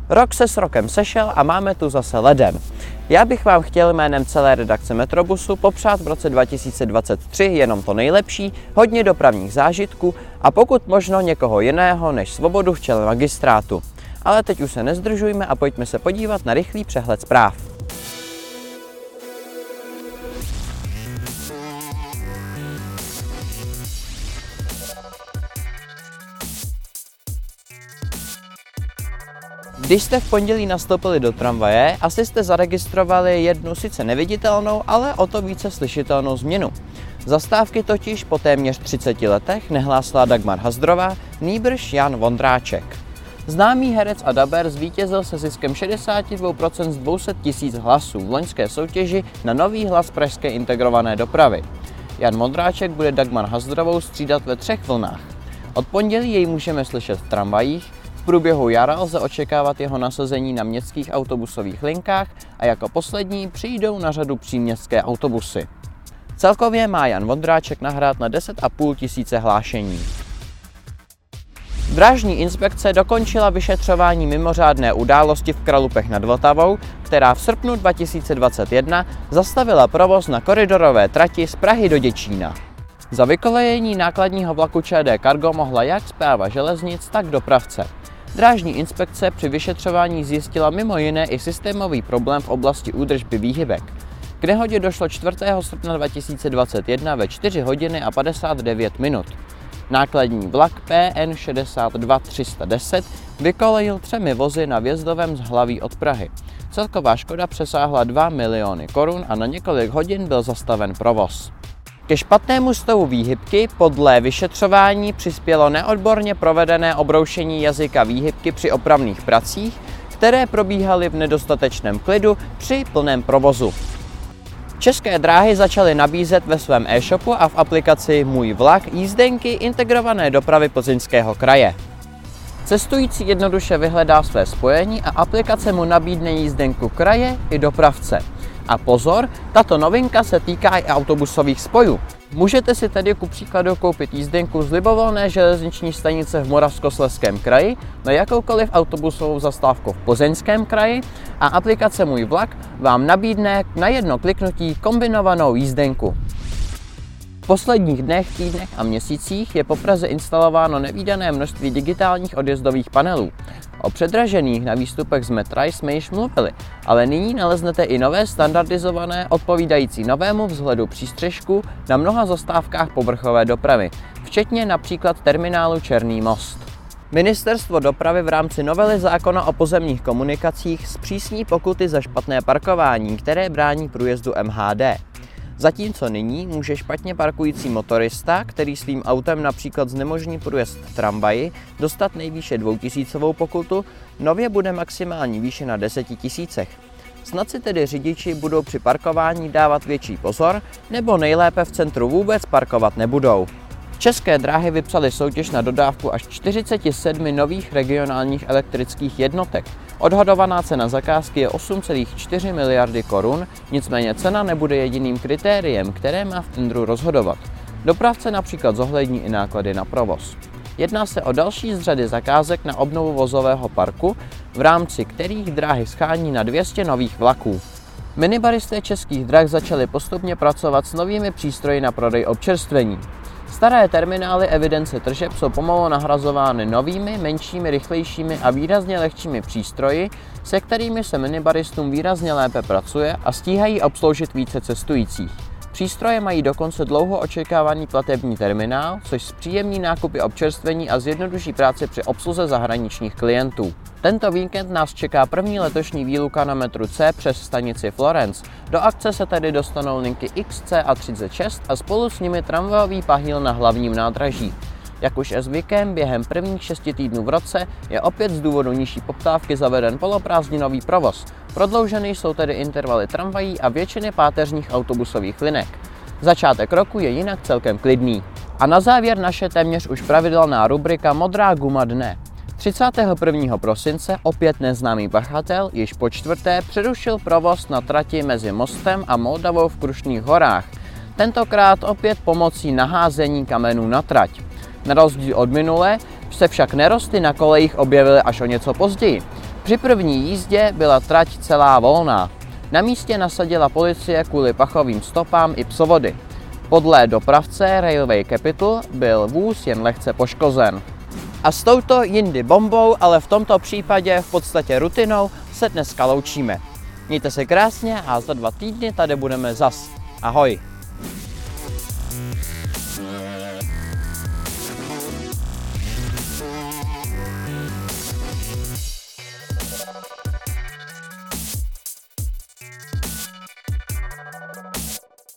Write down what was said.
Rok se s rokem sešel a máme tu zase leden. Já bych vám chtěl jménem celé redakce Metrobusu popřát v roce 2023 jenom to nejlepší, hodně dopravních zážitků a pokud možno někoho jiného než svobodu v čele magistrátu. Ale teď už se nezdržujme a pojďme se podívat na rychlý přehled zpráv. Když jste v pondělí nastoupili do tramvaje, asi jste zaregistrovali jednu sice neviditelnou, ale o to více slyšitelnou změnu. Zastávky totiž po téměř 30 letech nehlásila Dagmar Hazdrová, nýbrž Jan Vondráček. Známý herec a daber zvítězil se ziskem 62% z 200 000 hlasů v loňské soutěži na nový hlas pražské integrované dopravy. Jan Vondráček bude Dagmar Hazdrovou střídat ve 3 vlnách. Od pondělí jej můžeme slyšet v tramvajích, v průběhu jara lze očekávat jeho nasazení na městských autobusových linkách a jako poslední přijdou na řadu příměstské autobusy. Celkově má Jan Vondráček nahrát na 10 500 hlášení. Drážní inspekce dokončila vyšetřování mimořádné události v Kralupech nad Vltavou, která v srpnu 2021 zastavila provoz na koridorové trati z Prahy do Děčína. Za vykolejení nákladního vlaku ČD Cargo mohla jak Správa železnic, tak dopravce. Drážní inspekce při vyšetřování zjistila mimo jiné i systémový problém v oblasti údržby výhybek. K nehodě došlo 4. srpna 2021 ve 4 hodiny a 59 minut. Nákladní vlak PN 62 310 vykolejil 3 vozy na Vjezdovém Zhlaví od Prahy. Celková škoda přesáhla 2 miliony korun a na několik hodin byl zastaven provoz. Ke špatnému stavu výhybky podle vyšetřování přispělo neodborně provedené obroušení jazyka výhybky při opravných pracích, které probíhaly v nedostatečném klidu při plném provozu. České dráhy začaly nabízet ve svém e-shopu a v aplikaci Můj vlak jízdenky integrované dopravy Plzeňského kraje. Cestující jednoduše vyhledá své spojení a aplikace mu nabídne jízdenku kraje i dopravce. A pozor, tato novinka se týká i autobusových spojů. Můžete si tedy ku příkladu koupit jízdenku z libovolné železniční stanice v Moravskoslezském kraji na jakoukoliv autobusovou zastávku v Plzeňském kraji a aplikace Můj vlak vám nabídne na jedno kliknutí kombinovanou jízdenku. V posledních dnech, týdnech a měsících je po Praze instalováno nevídané množství digitálních odjezdových panelů. O předražených na výstupech z metra jsme již mluvili, ale nyní naleznete i nové standardizované, odpovídající novému vzhledu přístřežku na mnoha zastávkách povrchové dopravy, včetně například terminálu Černý most. Ministerstvo dopravy v rámci novely zákona o pozemních komunikacích zpřísní pokuty za špatné parkování, které brání průjezdu MHD. Zatímco nyní může špatně parkující motorista, který svým autem například znemožní průjezd v tramvaji, dostat nejvýše 2000 pokutu, nově bude maximální výše na 10 000. Snad si tedy řidiči budou při parkování dávat větší pozor, nebo nejlépe v centru vůbec parkovat nebudou. České dráhy vypsaly soutěž na dodávku až 47 nových regionálních elektrických jednotek. Odhadovaná cena zakázky je 8,4 miliardy korun, nicméně cena nebude jediným kritériem, které má v tendru rozhodovat. Dopravce například zohlední i náklady na provoz. Jedná se o další z řady zakázek na obnovu vozového parku, v rámci kterých dráhy schání na 200 nových vlaků. Minibaristé Českých drah začali postupně pracovat s novými přístroji na prodej občerstvení. Staré terminály evidence tržeb jsou pomalu nahrazovány novými, menšími, rychlejšími a výrazně lehčími přístroji, se kterými se minibaristům výrazně lépe pracuje a stíhají obsloužit více cestujících. Přístroje mají dokonce dlouho očekávaný platební terminál, což zpříjemní nákupy občerstvení a zjednoduší práci při obsluze zahraničních klientů. Tento víkend nás čeká první letošní výluka na metru C přes stanici Florence. Do akce se tedy dostanou linky X, C a 36 a spolu s nimi tramvajový pahýl na hlavním nádraží. Jak už je zvykem, během prvních 6 týdnů v roce je opět z důvodu nižší poptávky zaveden poloprázdninový provoz. Prodlouženy jsou tedy intervaly tramvají a většiny páteřních autobusových linek. Začátek roku je jinak celkem klidný. A na závěr naše téměř už pravidelná rubrika Modrá guma dne. 31. prosince opět neznámý pachatel již po 4. přerušil provoz na trati mezi Mostem a Moldavou v Krušných horách. Tentokrát opět pomocí naházení kamenů na trať. Na rozdíl od minulé se však nerosty na kolejích objevily až o něco později. Při první jízdě byla trať celá volná. Na místě nasadila policie kvůli pachovým stopám i psovody. Podle dopravce Railway Capital byl vůz jen lehce poškozen. A s touto jindy bombou, ale v tomto případě v podstatě rutinou, se dneska loučíme. Mějte se krásně a za 2 týdny tady budeme zas. Ahoj!